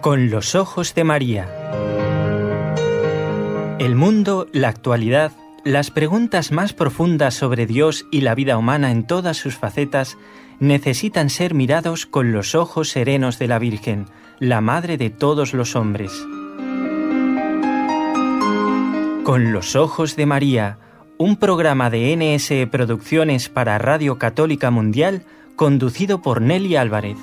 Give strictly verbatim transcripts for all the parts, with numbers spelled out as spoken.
Con los ojos de María. El mundo, la actualidad, las preguntas más profundas sobre Dios y la vida humana en todas sus facetas necesitan ser mirados con los ojos serenos de la Virgen, la Madre de todos los hombres. Con los ojos de María, un programa de N S E Producciones para Radio Católica Mundial, conducido por Nelly Álvarez.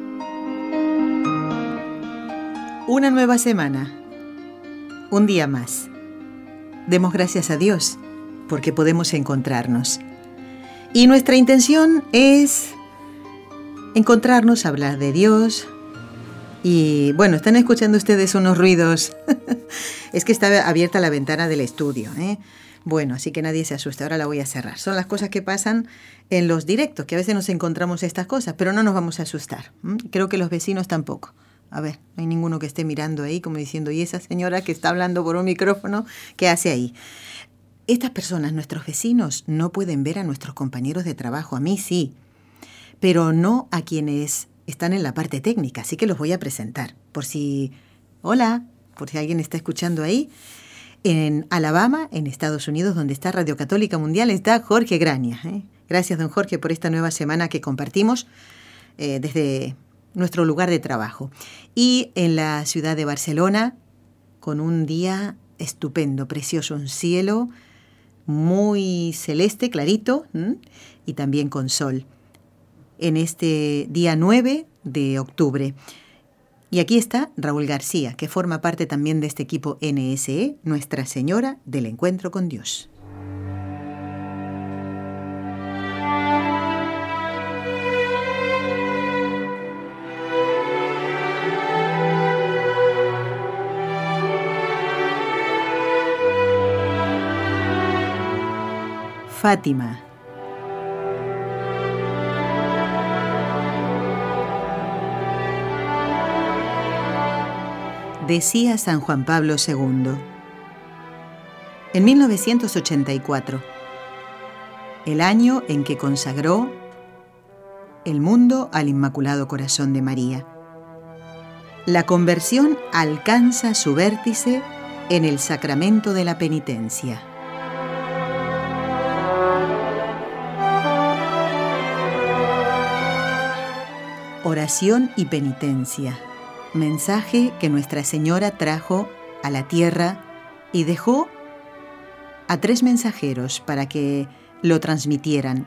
Una nueva semana, un día más. Demos gracias a Dios porque podemos encontrarnos. Y nuestra intención es encontrarnos, hablar de Dios. Y bueno, están escuchando ustedes unos ruidos. Es que está abierta la ventana del estudio, ¿eh? Bueno, así que nadie se asuste, ahora la voy a cerrar. Son las cosas que pasan en los directos, que a veces nos encontramos estas cosas, pero no nos vamos a asustar. ¿Mm? Creo que los vecinos tampoco. A ver, no hay ninguno que esté mirando ahí como diciendo, ¿y esa señora que está hablando por un micrófono, qué hace ahí? Estas personas, nuestros vecinos, no pueden ver a nuestros compañeros de trabajo. A mí sí, pero no a quienes están en la parte técnica, así que los voy a presentar. Por si, hola, por si alguien está escuchando ahí. En Alabama, en Estados Unidos, donde está Radio Católica Mundial, está Jorge Graña. ¿eh? Gracias, don Jorge, por esta nueva semana que compartimos eh, desde nuestro lugar de trabajo. Y en la ciudad de Barcelona, con un día estupendo, precioso, un cielo muy celeste, clarito, ¿m? y también con sol, en este día nueve de octubre. Y aquí está Raúl García, que forma parte también de este equipo N S E, Nuestra Señora del Encuentro con Dios. Fátima. Decía San Juan Pablo segundo. En mil novecientos ochenta y cuatro, el año en que consagró el mundo al Inmaculado Corazón de María, la conversión alcanza su vértice en el sacramento de la penitencia. Oración y penitencia, mensaje que Nuestra Señora trajo a la tierra y dejó a tres mensajeros para que lo transmitieran.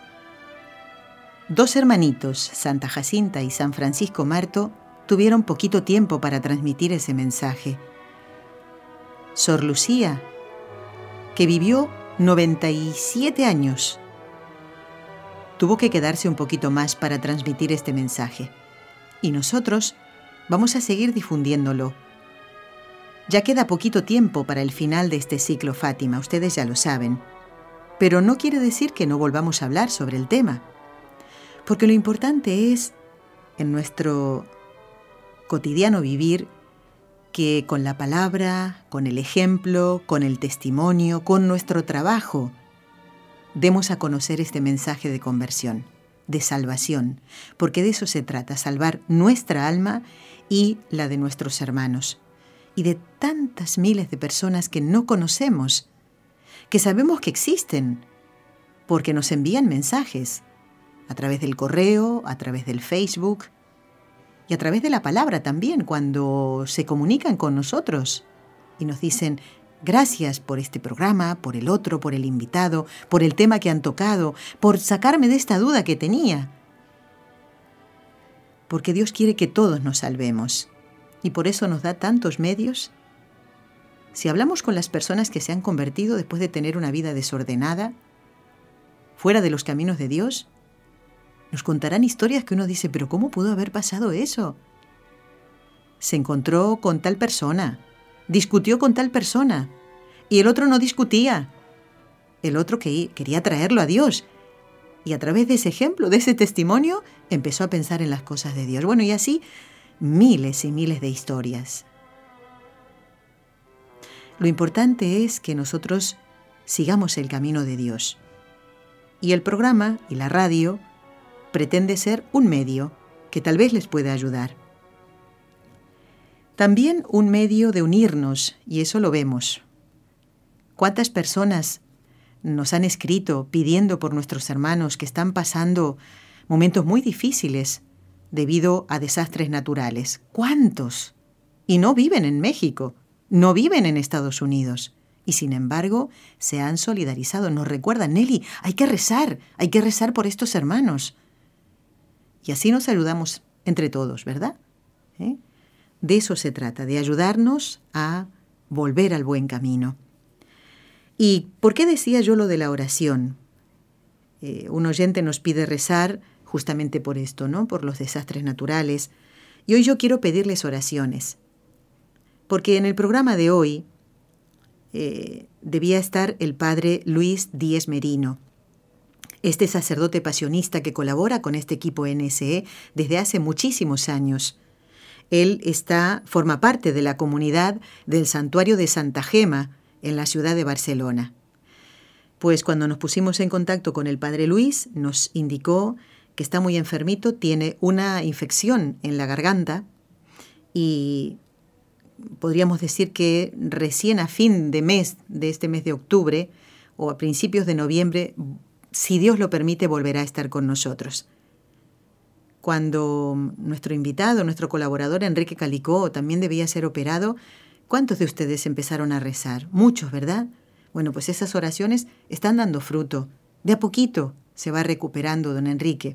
Dos hermanitos, Santa Jacinta y San Francisco Marto, tuvieron poquito tiempo para transmitir ese mensaje. Sor Lucía, que vivió noventa y siete años, tuvo que quedarse un poquito más para transmitir este mensaje. Y nosotros vamos a seguir difundiéndolo. Ya queda poquito tiempo para el final de este ciclo Fátima, ustedes ya lo saben. Pero no quiere decir que no volvamos a hablar sobre el tema. Porque lo importante es, en nuestro cotidiano vivir, que con la palabra, con el ejemplo, con el testimonio, con nuestro trabajo, demos a conocer este mensaje de conversión, de salvación, porque de eso se trata, salvar nuestra alma y la de nuestros hermanos, y de tantas miles de personas que no conocemos, que sabemos que existen, porque nos envían mensajes, a través del correo, a través del Facebook, y a través de la palabra también, cuando se comunican con nosotros, y nos dicen, gracias por este programa, por el otro, por el invitado, por el tema que han tocado, por sacarme de esta duda que tenía. Porque Dios quiere que todos nos salvemos y por eso nos da tantos medios. Si hablamos con las personas que se han convertido después de tener una vida desordenada, fuera de los caminos de Dios, nos contarán historias que uno dice, ¿pero cómo pudo haber pasado eso? Se encontró con tal persona, discutió con tal persona, y el otro no discutía. El otro que quería traerlo a Dios. Y a través de ese ejemplo, de ese testimonio, empezó a pensar en las cosas de Dios. Bueno, y así, miles y miles de historias. Lo importante es que nosotros sigamos el camino de Dios. Y el programa y la radio pretende ser un medio que tal vez les pueda ayudar. también un medio de unirnos, y eso lo vemos. ¿Cuántas personas nos han escrito pidiendo por nuestros hermanos que están pasando momentos muy difíciles debido a desastres naturales? ¿Cuántos? Y no viven en México, no viven en Estados Unidos. Y sin embargo, se han solidarizado. Nos recuerdan, Nelly, hay que rezar, hay que rezar por estos hermanos. Y así nos ayudamos entre todos, ¿verdad? ¿Eh? De eso se trata, de ayudarnos a volver al buen camino. ¿Y por qué decía yo lo de la oración? Eh, un oyente nos pide rezar justamente por esto, ¿no? Por los desastres naturales. Y hoy yo quiero pedirles oraciones. Porque en el programa de hoy eh, debía estar el padre Luis Díez Merino, este sacerdote pasionista que colabora con este equipo N S E desde hace muchísimos años. Él está, forma parte de la comunidad del Santuario de Santa Gema en la ciudad de Barcelona. Pues cuando nos pusimos en contacto con el padre Luis, nos indicó que está muy enfermito, tiene una infección en la garganta y podríamos decir que recién a fin de mes, de este mes de octubre o a principios de noviembre, si Dios lo permite, volverá a estar con nosotros. Cuando nuestro invitado, nuestro colaborador Enrique Calicó también debía ser operado, ¿cuántos de ustedes empezaron a rezar? Muchos, ¿verdad? Bueno, pues esas oraciones están dando fruto. De a poquito se va recuperando don Enrique.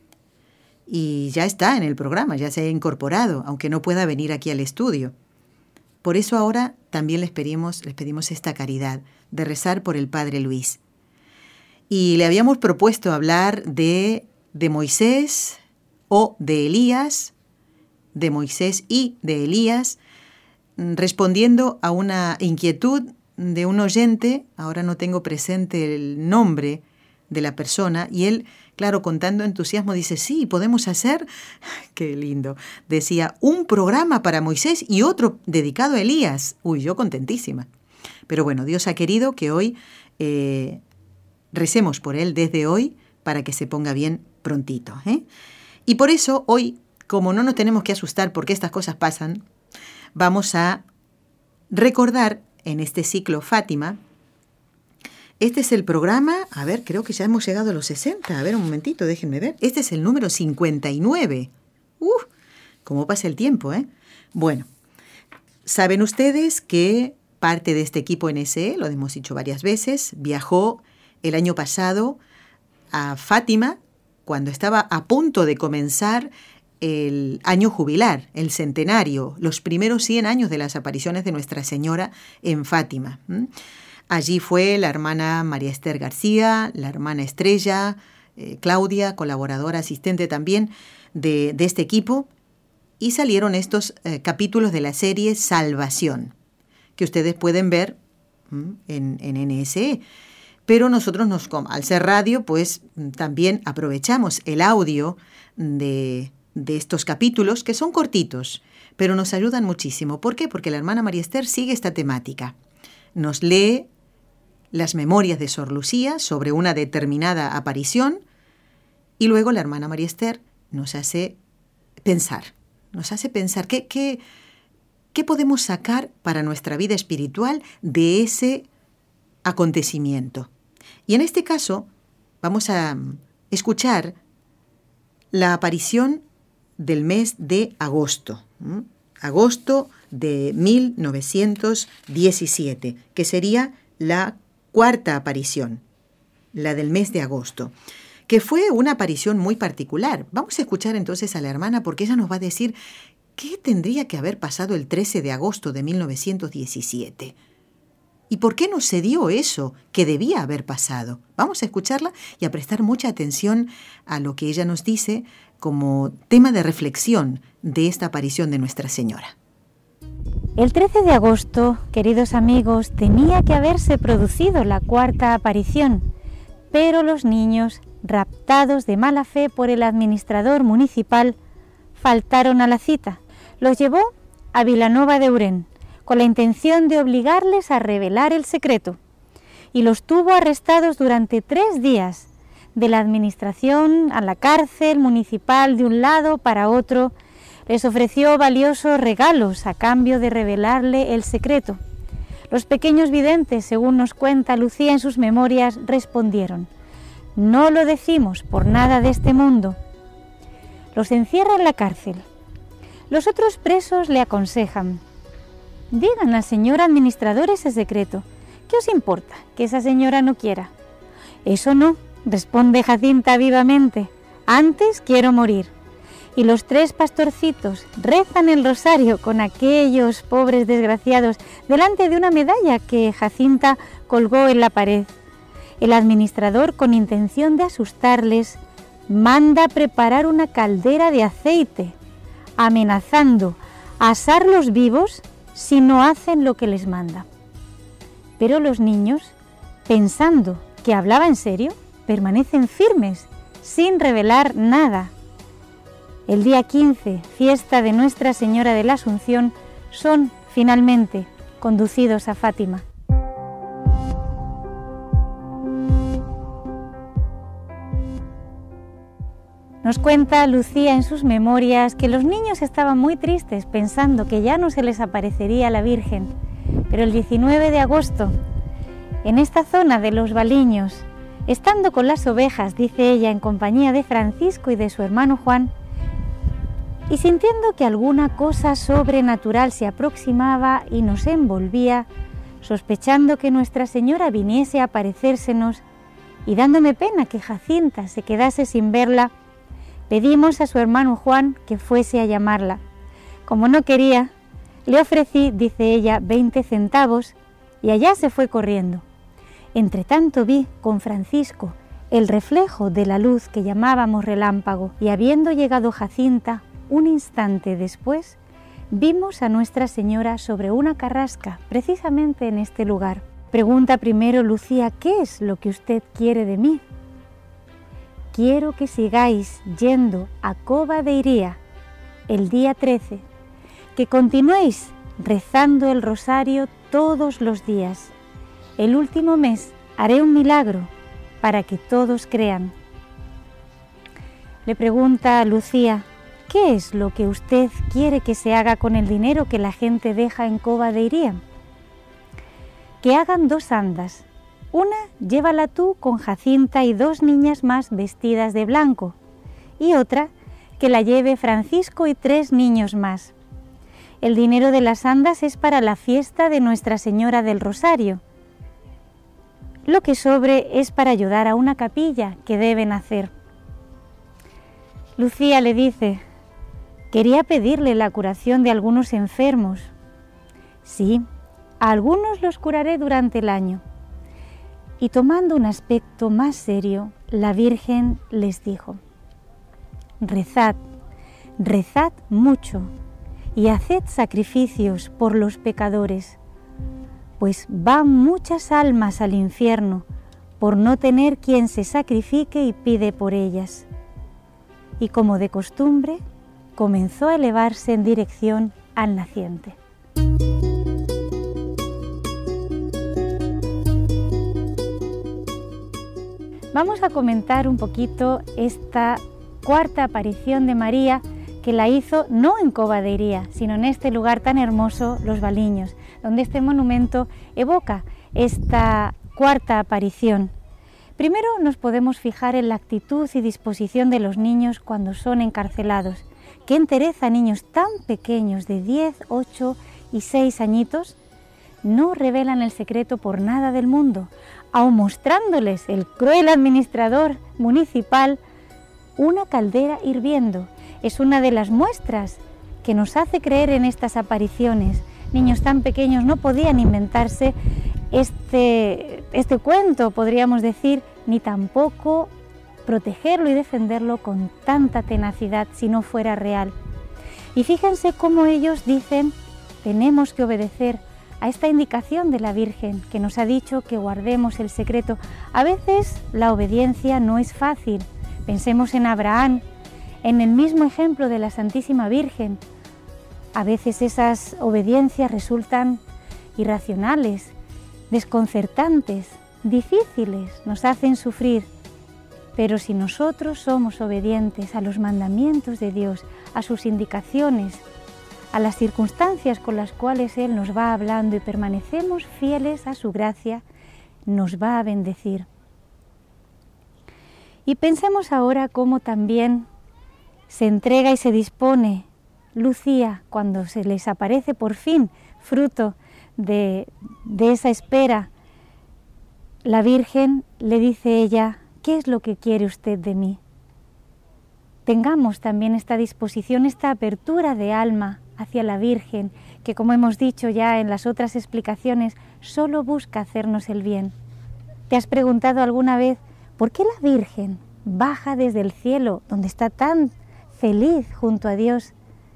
Y ya está en el programa, ya se ha incorporado, aunque no pueda venir aquí al estudio. Por eso ahora también les pedimos, les pedimos esta caridad de rezar por el padre Luis. Y le habíamos propuesto hablar de, de Moisés o de Elías, de Moisés y de Elías, respondiendo a una inquietud de un oyente. Ahora no tengo presente el nombre de la persona, y él, claro, con tanto entusiasmo dice, sí, podemos hacer, qué lindo, decía, un programa para Moisés y otro dedicado a Elías. Uy, yo contentísima. Pero bueno, Dios ha querido que hoy eh, recemos por él desde hoy para que se ponga bien prontito, ¿eh? Y por eso hoy, como no nos tenemos que asustar porque estas cosas pasan, vamos a recordar en este ciclo Fátima. Este es el programa, a ver, creo que ya hemos llegado a los sesenta. A ver, un momentito, déjenme ver. Este es el número cincuenta y nueve. ¡Uf! ¿Cómo pasa el tiempo, eh? Bueno, saben ustedes que parte de este equipo N S E, lo hemos dicho varias veces, viajó el año pasado a Fátima cuando estaba a punto de comenzar el año jubilar, el centenario, los primeros cien años de las apariciones de Nuestra Señora en Fátima. ¿Mm? Allí fue la hermana María Esther García, la hermana Estrella, eh, Claudia, colaboradora, asistente también de, de este equipo, y salieron estos eh, capítulos de la serie Salvación, que ustedes pueden ver ¿m? en, en N S E. Pero nosotros, nos, al ser radio, pues también aprovechamos el audio de, de estos capítulos, que son cortitos, pero nos ayudan muchísimo. ¿Por qué? Porque la hermana María Esther sigue esta temática. Nos lee las memorias de Sor Lucía sobre una determinada aparición y luego la hermana María Esther nos hace pensar, nos hace pensar qué, qué, qué podemos sacar para nuestra vida espiritual de ese acontecimiento. Y en este caso vamos a escuchar la aparición del mes de agosto, ¿m? agosto de mil novecientos diecisiete, que sería la cuarta aparición, la del mes de agosto, que fue una aparición muy particular. Vamos a escuchar entonces a la hermana porque ella nos va a decir qué tendría que haber pasado el trece de agosto de mil novecientos diecisiete. ¿Y por qué no se dio eso que debía haber pasado? Vamos a escucharla y a prestar mucha atención a lo que ella nos dice como tema de reflexión de esta aparición de Nuestra Señora. El trece de agosto, queridos amigos, tenía que haberse producido la cuarta aparición, pero los niños, raptados de mala fe por el administrador municipal, faltaron a la cita. Los llevó a Vilanova de Urén, con la intención de obligarles a revelar el secreto, y los tuvo arrestados durante tres días, de la administración a la cárcel municipal de un lado para otro. Les ofreció valiosos regalos a cambio de revelarle el secreto. Los pequeños videntes, según nos cuenta Lucía en sus memorias, respondieron: no lo decimos por nada de este mundo. Los encierra en la cárcel. Los otros presos le aconsejan: digan al señor administrador ese secreto. ¿Qué os importa que esa señora no quiera? Eso no, responde Jacinta vivamente. Antes quiero morir. Y los tres pastorcitos rezan el rosario con aquellos pobres desgraciados delante de una medalla que Jacinta colgó en la pared. El administrador, con intención de asustarles, manda preparar una caldera de aceite, amenazando a asarlos vivos si no hacen lo que les manda. Pero los niños, pensando que hablaba en serio, permanecen firmes, sin revelar nada. El día quince, fiesta de Nuestra Señora de la Asunción, son finalmente conducidos a Fátima. Nos cuenta Lucía en sus memorias que los niños estaban muy tristes pensando que ya no se les aparecería la Virgen, pero el diecinueve de agosto, en esta zona de los Baliños, estando con las ovejas, dice ella, en compañía de Francisco y de su hermano Juan, y sintiendo que alguna cosa sobrenatural se aproximaba y nos envolvía, sospechando que Nuestra Señora viniese a aparecérsenos, y dándome pena que Jacinta se quedase sin verla, pedimos a su hermano Juan que fuese a llamarla. Como no quería, le ofrecí, dice ella, veinte centavos, y allá se fue corriendo. Entretanto vi con Francisco el reflejo de la luz que llamábamos relámpago, y habiendo llegado Jacinta, un instante después, vimos a Nuestra Señora sobre una carrasca, precisamente en este lugar. Pregunta primero Lucía: ¿qué es lo que usted quiere de mí? Quiero que sigáis yendo a Cova de Iría el día trece, que continuéis rezando el rosario todos los días. El último mes haré un milagro para que todos crean. Le pregunta a Lucía: ¿qué es lo que usted quiere que se haga con el dinero que la gente deja en Cova de Iría? Que hagan dos andas. Una, llévala tú con Jacinta y dos niñas más vestidas de blanco. Y otra, que la lleve Francisco y tres niños más. El dinero de las andas es para la fiesta de Nuestra Señora del Rosario. Lo que sobre es para ayudar a una capilla que deben hacer. Lucía le dice: quería pedirle la curación de algunos enfermos. Sí, a algunos los curaré durante el año. Y tomando un aspecto más serio, la Virgen les dijo: rezad, rezad mucho y haced sacrificios por los pecadores, pues van muchas almas al infierno por no tener quien se sacrifique y pide por ellas. Y como de costumbre, comenzó a elevarse en dirección al naciente. Vamos a comentar un poquito esta cuarta aparición de María, que la hizo no en Cova de Iría, sino en este lugar tan hermoso, Los Baliños, donde este monumento evoca esta cuarta aparición. Primero nos podemos fijar en la actitud y disposición de los niños cuando son encarcelados. ¡Qué entereza a niños tan pequeños de diez, ocho y seis añitos! No revelan el secreto por nada del mundo, aun mostrándoles el cruel administrador municipal una caldera hirviendo. Es una de las muestras que nos hace creer en estas apariciones. Niños tan pequeños no podían inventarse este, este cuento, podríamos decir, ni tampoco protegerlo y defenderlo con tanta tenacidad si no fuera real. Y fíjense cómo ellos dicen: tenemos que obedecer a esta indicación de la Virgen, que nos ha dicho que guardemos el secreto. A veces la obediencia no es fácil. Pensemos en Abraham, en el mismo ejemplo de la Santísima Virgen. A veces esas obediencias resultan irracionales, desconcertantes, difíciles, nos hacen sufrir. Pero si nosotros somos obedientes a los mandamientos de Dios, a sus indicaciones, a las circunstancias con las cuales Él nos va hablando y permanecemos fieles a su gracia, nos va a bendecir. Y pensemos ahora cómo también se entrega y se dispone Lucía cuando se les aparece por fin, fruto de, de esa espera. La Virgen le dice ella: ¿qué es lo que quiere usted de mí? Tengamos también esta disposición, esta apertura de alma hacia la Virgen, que como hemos dicho ya en las otras explicaciones, solo busca hacernos el bien. ¿Te has preguntado alguna vez por qué la Virgen baja desde el cielo, donde está tan feliz junto a Dios,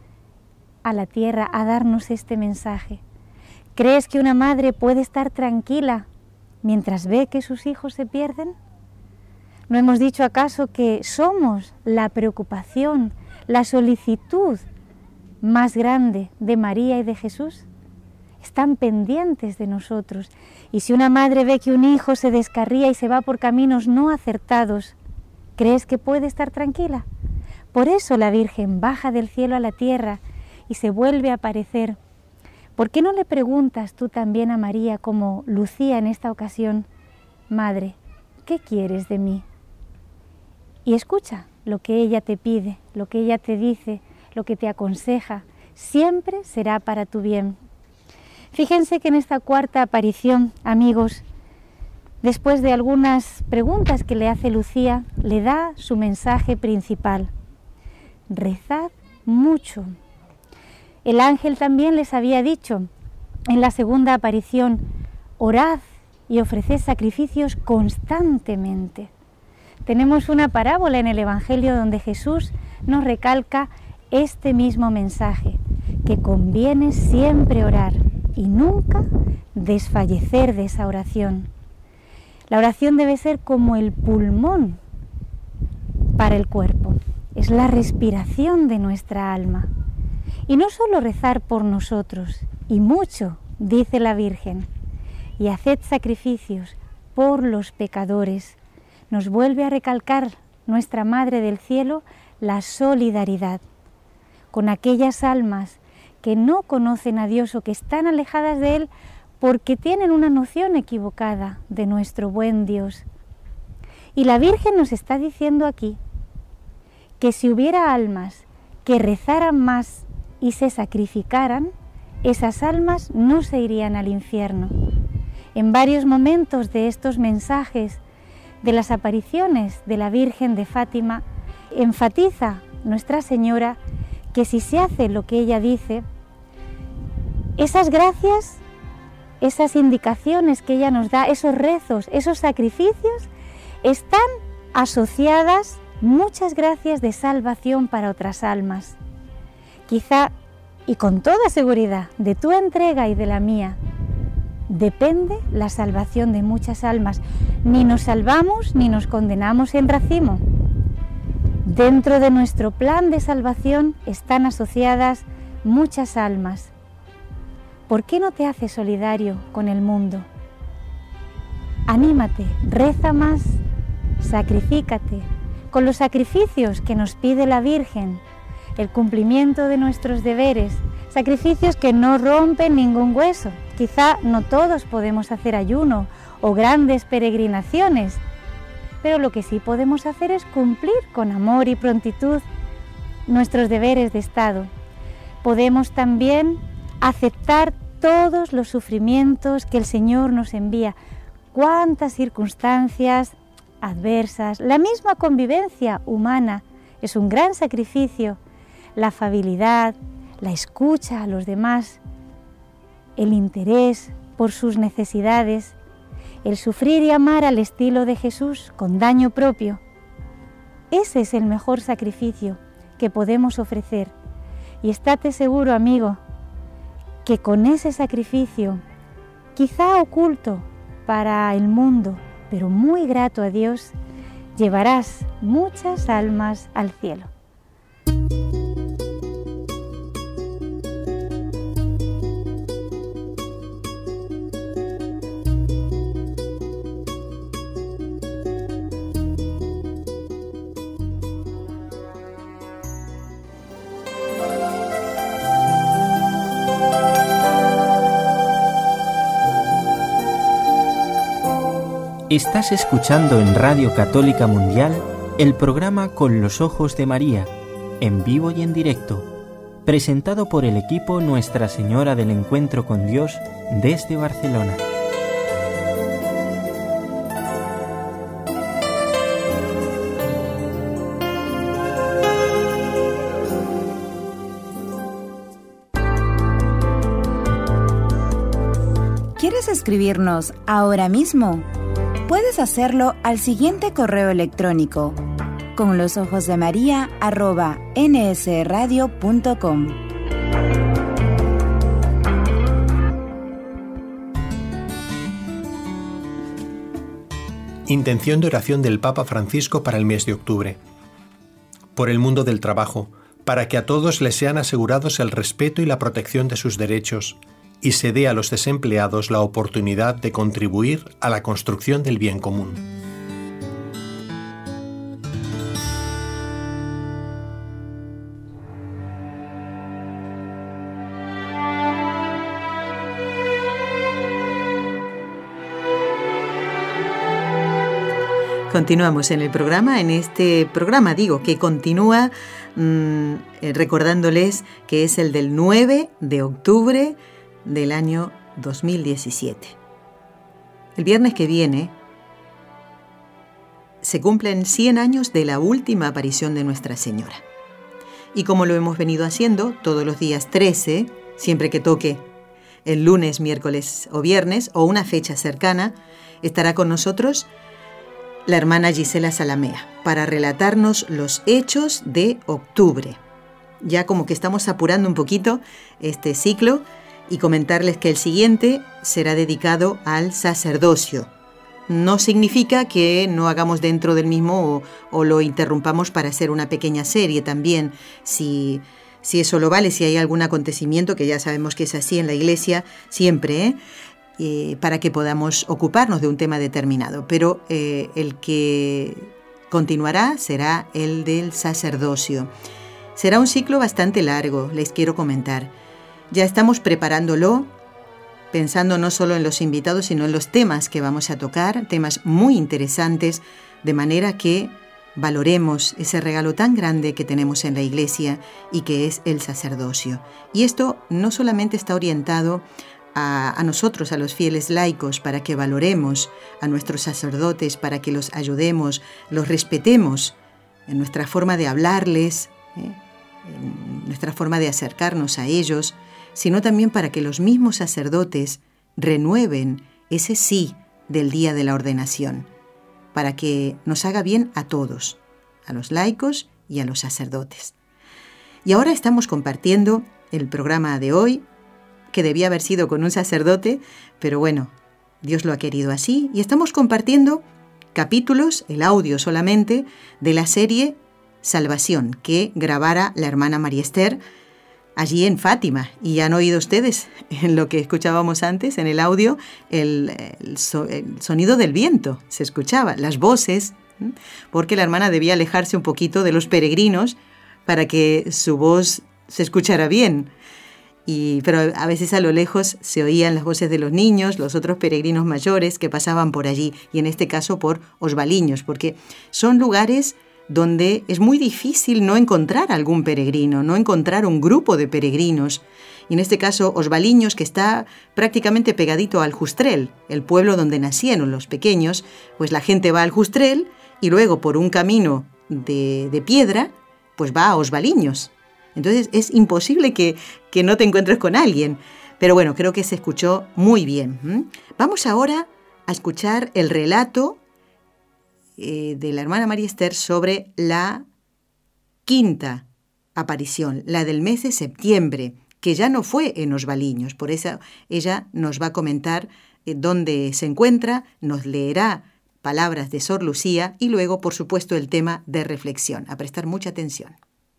a la tierra a darnos este mensaje? ¿Crees que una madre puede estar tranquila mientras ve que sus hijos se pierden? ¿No hemos dicho acaso que somos la preocupación, la solicitud más grande de María y de Jesús? Están pendientes de nosotros. Y si una madre ve que un hijo se descarría y se va por caminos no acertados, ¿crees que puede estar tranquila? Por eso la Virgen baja del cielo a la tierra y se vuelve a aparecer. ¿Por qué no le preguntas tú también a María, como Lucía en esta ocasión: Madre, ¿qué quieres de mí? Y escucha lo que ella te pide, lo que ella te dice, lo que te aconseja, siempre será para tu bien. Fíjense que en esta cuarta aparición, amigos, después de algunas preguntas que le hace Lucía, le da su mensaje principal: rezad mucho. El ángel también les había dicho en la segunda aparición: orad y ofreced sacrificios constantemente. Tenemos una parábola en el Evangelio donde Jesús nos recalca este mismo mensaje, que conviene siempre orar y nunca desfallecer de esa oración. La oración debe ser como el pulmón para el cuerpo, es la respiración de nuestra alma. Y no solo rezar por nosotros, y mucho, dice la Virgen, y haced sacrificios por los pecadores. Nos vuelve a recalcar nuestra Madre del Cielo la solidaridad con aquellas almas que no conocen a Dios o que están alejadas de Él porque tienen una noción equivocada de nuestro buen Dios. Y la Virgen nos está diciendo aquí que si hubiera almas que rezaran más y se sacrificaran, esas almas no se irían al infierno. En varios momentos de estos mensajes, de las apariciones de la Virgen de Fátima, enfatiza Nuestra Señora que si se hace lo que ella dice, esas gracias, esas indicaciones que ella nos da, esos rezos, esos sacrificios, están asociadas muchas gracias de salvación para otras almas. Quizá, y con toda seguridad, de tu entrega y de la mía, depende la salvación de muchas almas. Ni nos salvamos ni nos condenamos en racimo. Dentro de nuestro plan de salvación están asociadas muchas almas. ¿Por qué no te haces solidario con el mundo? Anímate, reza más, sacrifícate, con los sacrificios que nos pide la Virgen, el cumplimiento de nuestros deberes, sacrificios que no rompen ningún hueso. Quizá no todos podemos hacer ayuno o grandes peregrinaciones, pero lo que sí podemos hacer es cumplir con amor y prontitud nuestros deberes de Estado. Podemos también aceptar todos los sufrimientos que el Señor nos envía. Cuántas circunstancias adversas, la misma convivencia humana es un gran sacrificio, la afabilidad, la escucha a los demás, el interés por sus necesidades, el sufrir y amar al estilo de Jesús con daño propio. Ese es el mejor sacrificio que podemos ofrecer. Y estate seguro, amigo, que con ese sacrificio, quizá oculto para el mundo, pero muy grato a Dios, llevarás muchas almas al cielo. Estás escuchando en Radio Católica Mundial el programa Con los Ojos de María, en vivo y en directo, presentado por el equipo Nuestra Señora del Encuentro con Dios desde Barcelona. ¿Quieres escribirnos ahora mismo? Puedes hacerlo al siguiente correo electrónico: con los ojos de María arroba n s radio punto com. Intención de oración del Papa Francisco para el mes de octubre. Por el mundo del trabajo, para que a todos les sean asegurados el respeto y la protección de sus derechos, y se dé a los desempleados la oportunidad de contribuir a la construcción del bien común. Continuamos en el programa, en este programa digo que continúa mmm, recordándoles que es el del nueve de octubre del año dos mil diecisiete. El viernes que viene se cumplen cien años de la última aparición de Nuestra Señora. Y como lo hemos venido haciendo todos los días trece, siempre que toque el lunes, miércoles o viernes, o una fecha cercana, estará con nosotros la hermana Gisela Salamea para relatarnos los hechos de octubre. Ya como que estamos apurando un poquito este ciclo, y comentarles que el siguiente será dedicado al sacerdocio. No significa que no hagamos dentro del mismo o, o lo interrumpamos para hacer una pequeña serie también, si, si eso lo vale, si hay algún acontecimiento, que ya sabemos que es así en la Iglesia siempre, ¿eh? Eh, para que podamos ocuparnos de un tema determinado. Pero eh, el que continuará será el del sacerdocio. Será un ciclo bastante largo, les quiero comentar. Ya estamos preparándolo, pensando no solo en los invitados, sino en los temas que vamos a tocar, temas muy interesantes, de manera que valoremos ese regalo tan grande que tenemos en la Iglesia y que es el sacerdocio. Y esto no solamente está orientado a, a nosotros, a los fieles laicos, para que valoremos a nuestros sacerdotes, para que los ayudemos, los respetemos en nuestra forma de hablarles, ¿eh? en nuestra forma de acercarnos a ellos, sino también para que los mismos sacerdotes renueven ese sí del día de la ordenación, para que nos haga bien a todos, a los laicos y a los sacerdotes. Y ahora estamos compartiendo el programa de hoy, que debía haber sido con un sacerdote, pero bueno, Dios lo ha querido así, y estamos compartiendo capítulos, el audio solamente, de la serie Salvación, que grabara la hermana María Esther allí en Fátima. Y ya han oído ustedes en lo que escuchábamos antes, en el audio, el, el, so, el sonido del viento, se escuchaba, las voces, porque la hermana debía alejarse un poquito de los peregrinos para que su voz se escuchara bien. Y, pero a veces a lo lejos se oían las voces de los niños, los otros peregrinos mayores que pasaban por allí, y en este caso por Osvaliños, porque son lugares donde es muy difícil no encontrar algún peregrino, no encontrar un grupo de peregrinos. Y en este caso, Osvaliños, que está prácticamente pegadito al Justrel, el pueblo donde nacieron los pequeños, pues la gente va al Justrel y luego por un camino de, de piedra, pues va a Osvaliños. Entonces es imposible que, que no te encuentres con alguien. Pero bueno, creo que se escuchó muy bien. ¿Mm? Vamos ahora a escuchar el relato Eh, de la hermana María Esther sobre la quinta aparición, la del mes de septiembre, que ya no fue en Osvaliños. Por eso ella nos va a comentar eh, dónde se encuentra, nos leerá palabras de Sor Lucía y luego, por supuesto, el tema de reflexión. A prestar mucha atención.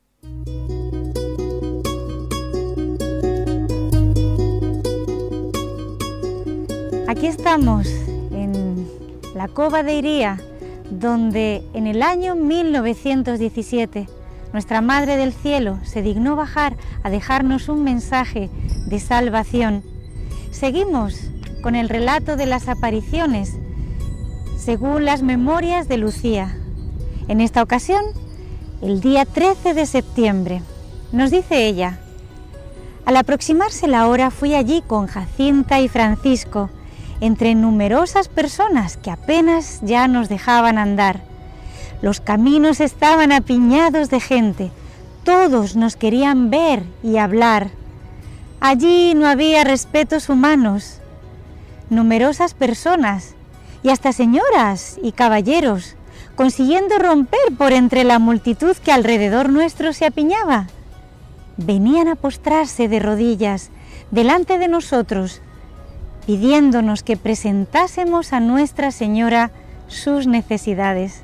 Aquí estamos, en la Cova de Iría, donde en el año mil novecientos diecisiete nuestra Madre del Cielo se dignó bajar a dejarnos un mensaje de salvación. Seguimos con el relato de las apariciones. según las memorias de Lucía. En esta ocasión, el día trece de septiembre. Nos dice ella: al aproximarse la hora fui allí con Jacinta y Francisco, entre numerosas personas que apenas ya nos dejaban andar. Los caminos estaban apiñados de gente, todos nos querían ver y hablar. Allí no había respetos humanos. Numerosas personas, y hasta señoras y caballeros, consiguiendo romper por entre la multitud que alrededor nuestro se apiñaba, venían a postrarse de rodillas delante de nosotros, pidiéndonos que presentásemos a Nuestra Señora sus necesidades.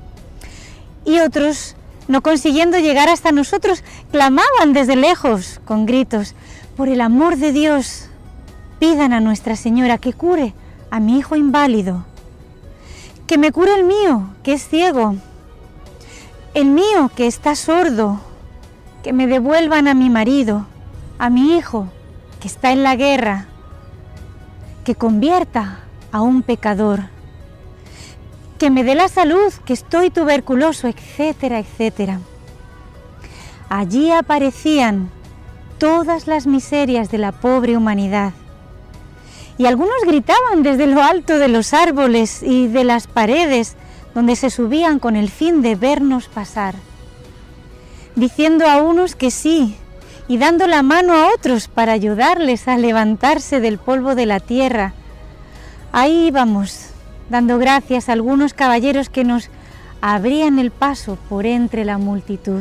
Y otros, no consiguiendo llegar hasta nosotros, clamaban desde lejos, con gritos: por el amor de Dios, pidan a Nuestra Señora que cure a mi hijo inválido, que me cure el mío, que es ciego, el mío, que está sordo, que me devuelvan a mi marido, a mi hijo, que está en la guerra, que convierta a un pecador, que me dé la salud, que estoy tuberculoso, etcétera, etcétera. Allí aparecían todas las miserias de la pobre humanidad, y algunos gritaban desde lo alto de los árboles y de las paredes donde se subían con el fin de vernos pasar, diciendo a unos que sí y dando la mano a otros para ayudarles a levantarse del polvo de la tierra. Ahí íbamos, dando gracias a algunos caballeros que nos abrían el paso por entre la multitud.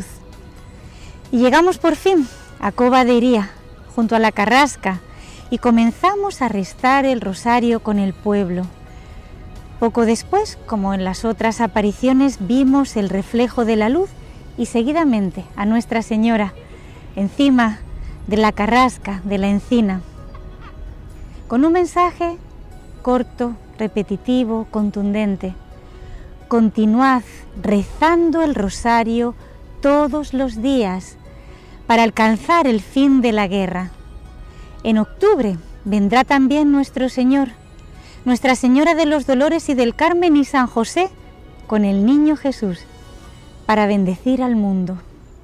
Y llegamos por fin a Cova de Iría, junto a la carrasca, y comenzamos a rezar el rosario con el pueblo. Poco después, como en las otras apariciones, vimos el reflejo de la luz y seguidamente a Nuestra Señora encima de la carrasca de la encina, con un mensaje corto, repetitivo, contundente: continuad rezando el rosario todos los días para alcanzar el fin de la guerra. En octubre vendrá también nuestro Señor, Nuestra Señora de los Dolores y del Carmen y San José con el niño Jesús, para bendecir al mundo.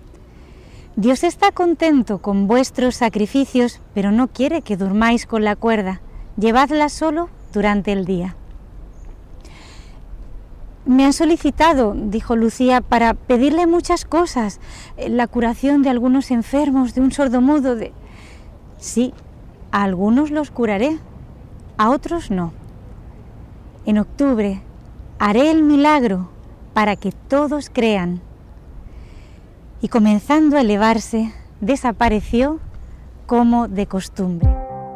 Dios está contento con vuestros sacrificios, pero no quiere que durmáis con la cuerda. Llevadla solo durante el día. Me han solicitado, dijo Lucía, para pedirle muchas cosas, la curación de algunos enfermos, de un sordomudo, de... Sí, a algunos los curaré, a otros no. En octubre haré el milagro para que todos crean. Y comenzando a elevarse, desapareció como de costumbre.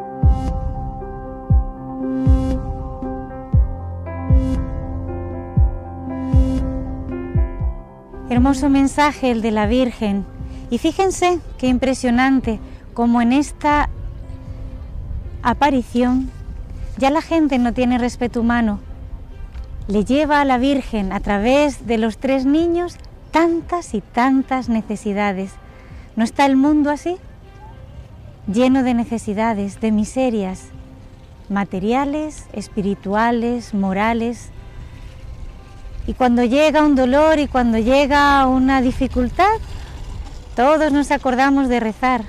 Hermoso mensaje el de la Virgen, y fíjense qué impresionante como en esta aparición ya la gente no tiene respeto humano. Le lleva a la Virgen a través de los tres niños tantas y tantas necesidades. ¿No está el mundo así? Lleno de necesidades, de miserias, materiales, espirituales, morales. Y cuando llega un dolor y cuando llega una dificultad, todos nos acordamos de rezar.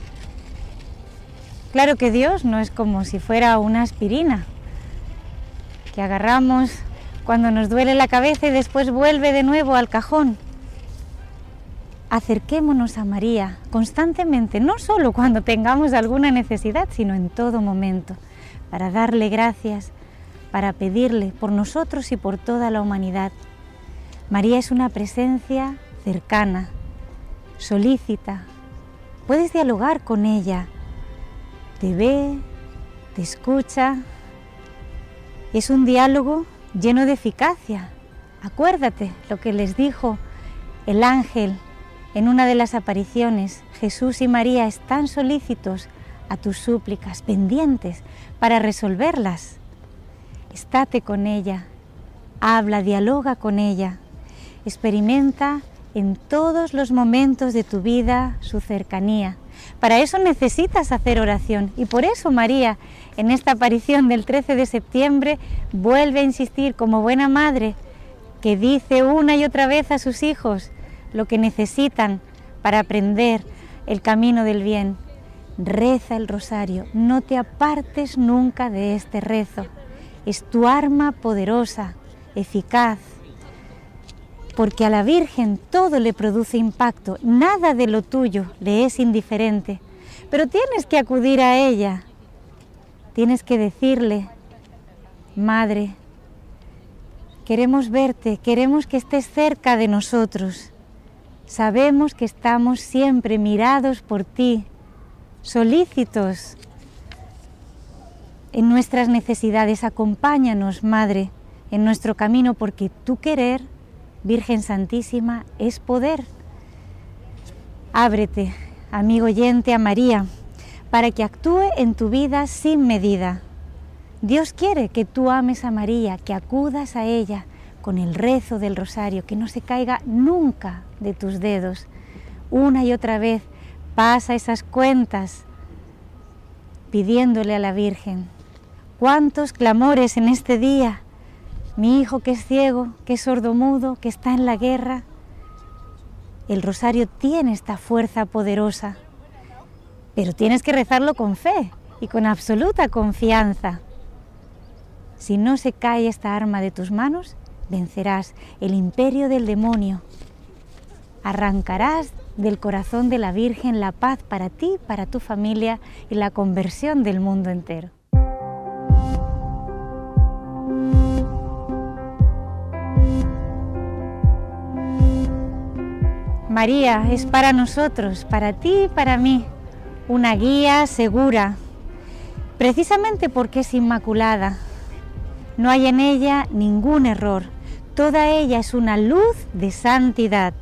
Claro que Dios no es como si fuera una aspirina, que agarramos cuando nos duele la cabeza y después vuelve de nuevo al cajón. Acerquémonos a María constantemente, no solo cuando tengamos alguna necesidad, sino en todo momento, para darle gracias, para pedirle por nosotros y por toda la humanidad. María es una presencia cercana, solícita. Puedes dialogar con ella, te ve, te escucha. Es un diálogo lleno de eficacia. Acuérdate lo que les dijo el ángel en una de las apariciones: Jesús y María están solícitos a tus súplicas, pendientes para resolverlas. Estate con ella, habla, dialoga con ella, experimenta en todos los momentos de tu vida su cercanía, Para eso necesitas hacer oración. Y por eso María, en esta aparición del trece de septiembre, vuelve a insistir como buena madre, que dice una y otra vez a sus hijos lo que necesitan para aprender el camino del bien. Reza el rosario, no te apartes nunca de este rezo. Es tu arma poderosa, eficaz, porque a la Virgen todo le produce impacto, nada de lo tuyo le es indiferente, pero tienes que acudir a ella, tienes que decirle: Madre, queremos verte, queremos que estés cerca de nosotros, sabemos que estamos siempre mirados por ti, solícitos en nuestras necesidades. Acompáñanos, Madre, en nuestro camino, porque tu querer, Virgen Santísima, es poder. Ábrete, amigo oyente, a María, para que actúe en tu vida sin medida. Dios quiere que tú ames a María, que acudas a ella con el rezo del rosario, que no se caiga nunca de tus dedos. Una y otra vez pasa esas cuentas pidiéndole a la Virgen. ¿Cuántos clamores en este día? Mi hijo que es ciego, que es sordomudo, que está en la guerra. El rosario tiene esta fuerza poderosa, pero tienes que rezarlo con fe y con absoluta confianza. Si no se cae esta arma de tus manos, vencerás el imperio del demonio. Arrancarás del corazón de la Virgen la paz para ti, para tu familia y la conversión del mundo entero. María es para nosotros, para ti y para mí, una guía segura, precisamente porque es inmaculada. No hay en ella ningún error, toda ella es una luz de santidad.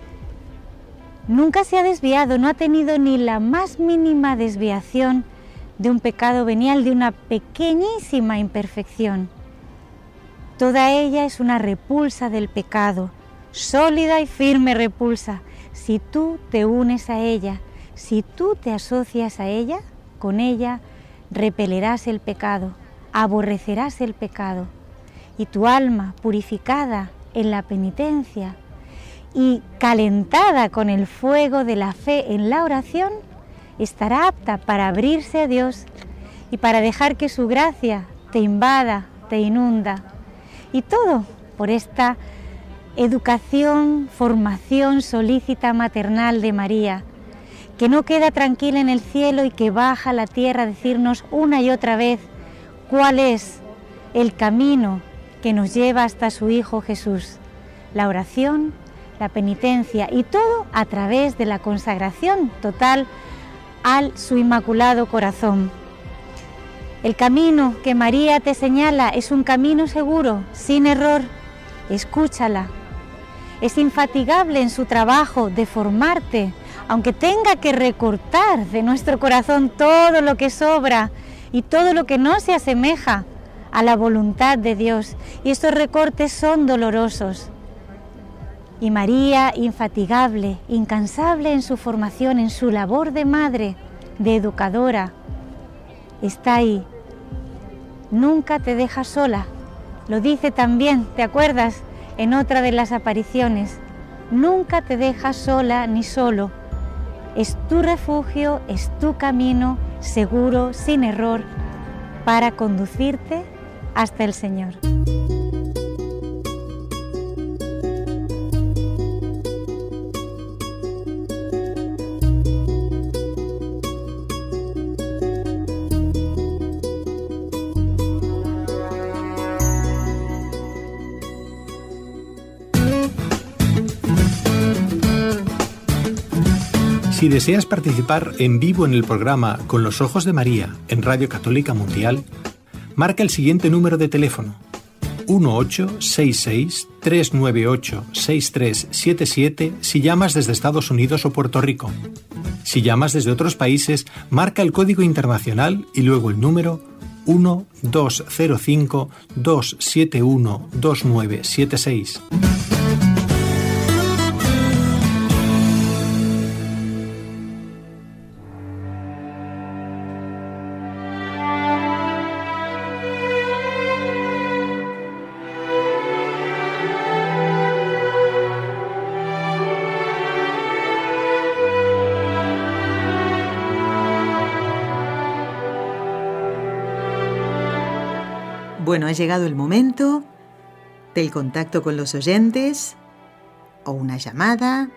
Nunca se ha desviado, no ha tenido ni la más mínima desviación de un pecado venial, de una pequeñísima imperfección. Toda ella es una repulsa del pecado, sólida y firme repulsa. Si tú te unes a ella, si tú te asocias a ella, con ella repelerás el pecado, aborrecerás el pecado, y tu alma purificada en la penitencia y calentada con el fuego de la fe en la oración, estará apta para abrirse a Dios y para dejar que su gracia te invada, te inunda. Y todo por esta educación, formación solícita maternal de María, que no queda tranquila en el cielo y que baja a la tierra a decirnos una y otra vez cuál es el camino que nos lleva hasta su Hijo Jesús. La oración, la penitencia y todo a través de la consagración total al su Inmaculado Corazón. El camino que María te señala es un camino seguro, sin error. Escúchala. Es infatigable en su trabajo de formarte, aunque tenga que recortar de nuestro corazón todo lo que sobra y todo lo que no se asemeja a la voluntad de Dios. Y estos recortes son dolorosos. Y María, infatigable, incansable en su formación, en su labor de madre, de educadora, está ahí. Nunca te deja sola. Lo dice también, ¿te acuerdas?, en otra de las apariciones. Nunca te deja sola ni solo. Es tu refugio, es tu camino, seguro, sin error, para conducirte hasta el Señor. Si deseas participar en vivo en el programa Con los Ojos de María en Radio Católica Mundial, marca el siguiente número de teléfono: uno ocho seis seis, tres nueve ocho, seis tres siete siete si llamas desde Estados Unidos o Puerto Rico. Si llamas desde otros países, marca el código internacional y luego el número uno dos cero cinco, dos siete uno, dos nueve siete seis. Bueno, ha llegado el momento del contacto con los oyentes, o una llamada,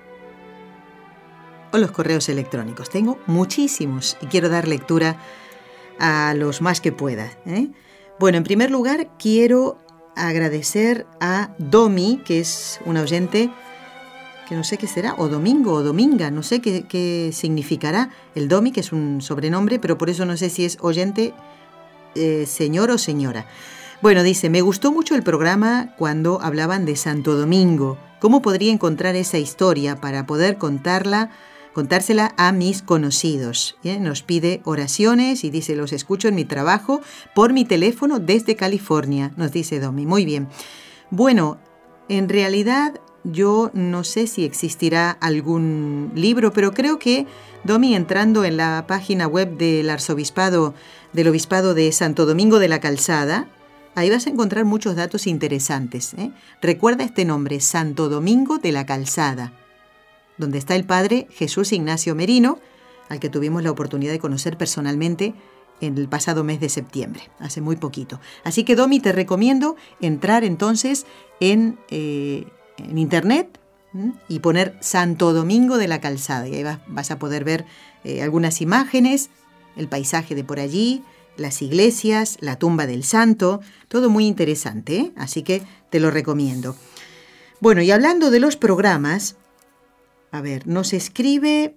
o los correos electrónicos. Tengo muchísimos y quiero dar lectura a los más que pueda, ¿eh? Bueno, en primer lugar, quiero agradecer a Domi, que es una oyente que no sé qué será, o Domingo o Dominga, no sé qué, qué significará el Domi, que es un sobrenombre, pero por eso no sé si es oyente, eh, señor o señora. Bueno, dice, me gustó mucho el programa cuando hablaban de Santo Domingo. ¿Cómo podría encontrar esa historia para poder contarla, contársela a mis conocidos? ¿Eh? Nos pide oraciones y dice, los escucho en mi trabajo por mi teléfono desde California, nos dice Domi. Muy bien. Bueno, en realidad yo no sé si existirá algún libro, pero creo que, Domi, entrando en la página web del arzobispado, del obispado de Santo Domingo de la Calzada, ahí vas a encontrar muchos datos interesantes, ¿eh? Recuerda este nombre, Santo Domingo de la Calzada, donde está el padre Jesús Ignacio Merino, al que tuvimos la oportunidad de conocer personalmente en el pasado mes de septiembre, hace muy poquito. Así que, Domi, te recomiendo entrar entonces en, eh, en internet ¿m? y poner Santo Domingo de la Calzada, y ahí vas, vas a poder ver eh, algunas imágenes, el paisaje de por allí, las iglesias, la tumba del santo, todo muy interesante, ¿eh? Así que te lo recomiendo. Bueno, y hablando de los programas, a ver, nos escribe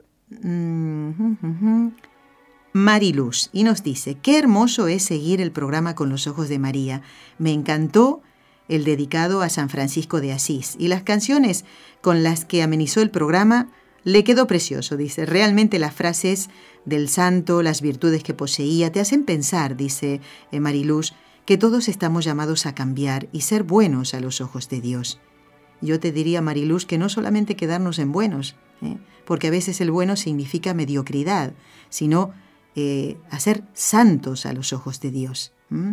mmm, Mariluz y nos dice, qué hermoso es seguir el programa Con los Ojos de María. Me encantó el dedicado a San Francisco de Asís y las canciones con las que amenizó el programa. Le quedó precioso, dice. Realmente las frases del santo, las virtudes que poseía, te hacen pensar, dice Mariluz, que todos estamos llamados a cambiar y ser buenos a los ojos de Dios. Yo te diría, Mariluz, que no solamente quedarnos en buenos, ¿eh? porque a veces el bueno significa mediocridad, sino eh, hacer santos a los ojos de Dios. ¿Mm?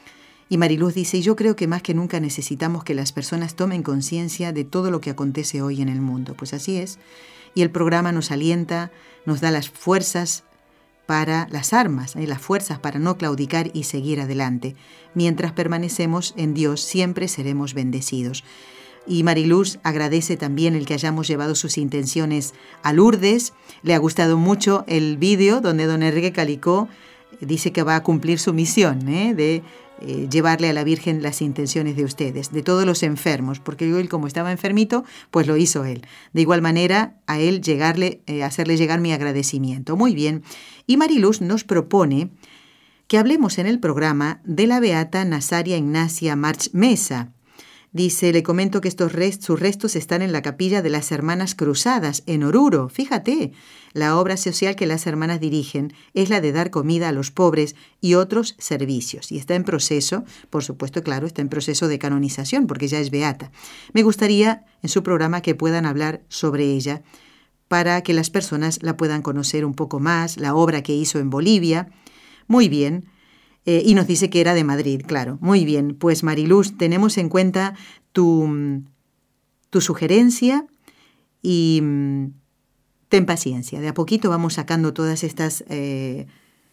Y Mariluz dice, yo creo que más que nunca necesitamos que las personas tomen conciencia de todo lo que acontece hoy en el mundo. Pues así es. Y el programa nos alienta, nos da las fuerzas para las armas, ¿eh? las fuerzas para no claudicar y seguir adelante. Mientras permanecemos en Dios, siempre seremos bendecidos. Y Mariluz agradece también el que hayamos llevado sus intenciones a Lourdes. Le ha gustado mucho el vídeo donde don Enrique Calicó dice que va a cumplir su misión ¿eh? de eh, llevarle a la Virgen las intenciones de ustedes, de todos los enfermos, porque él, como estaba enfermito, pues lo hizo él. De igual manera, a él llegarle, eh, hacerle llegar mi agradecimiento. Muy bien. Y Mariluz nos propone que hablemos en el programa de la beata Nazaria Ignacia March Mesa. Dice, le comento que estos rest, sus restos están en la capilla de las Hermanas Cruzadas, en Oruro. Fíjate, la obra social que las hermanas dirigen es la de dar comida a los pobres y otros servicios. Y está en proceso, por supuesto, claro, está en proceso de canonización, porque ya es beata. Me gustaría en su programa que puedan hablar sobre ella, para que las personas la puedan conocer un poco más, la obra que hizo en Bolivia. Muy bien. Eh, y nos dice que era de Madrid, claro. Muy bien, pues Mariluz, tenemos en cuenta tu, tu sugerencia y mm, ten paciencia. De a poquito vamos sacando todas estas eh,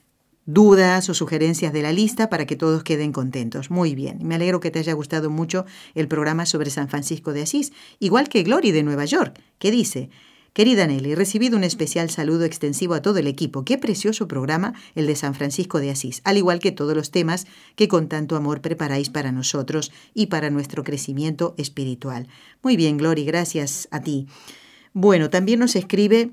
dudas o sugerencias de la lista para que todos queden contentos. Muy bien, me alegro que te haya gustado mucho el programa sobre San Francisco de Asís, igual que Glory de Nueva York, que dice... Querida Nelly, recibido un especial saludo extensivo a todo el equipo. Qué precioso programa el de San Francisco de Asís, al igual que todos los temas que con tanto amor preparáis para nosotros y para nuestro crecimiento espiritual. Muy bien, Glory, gracias a ti. Bueno, también nos escribe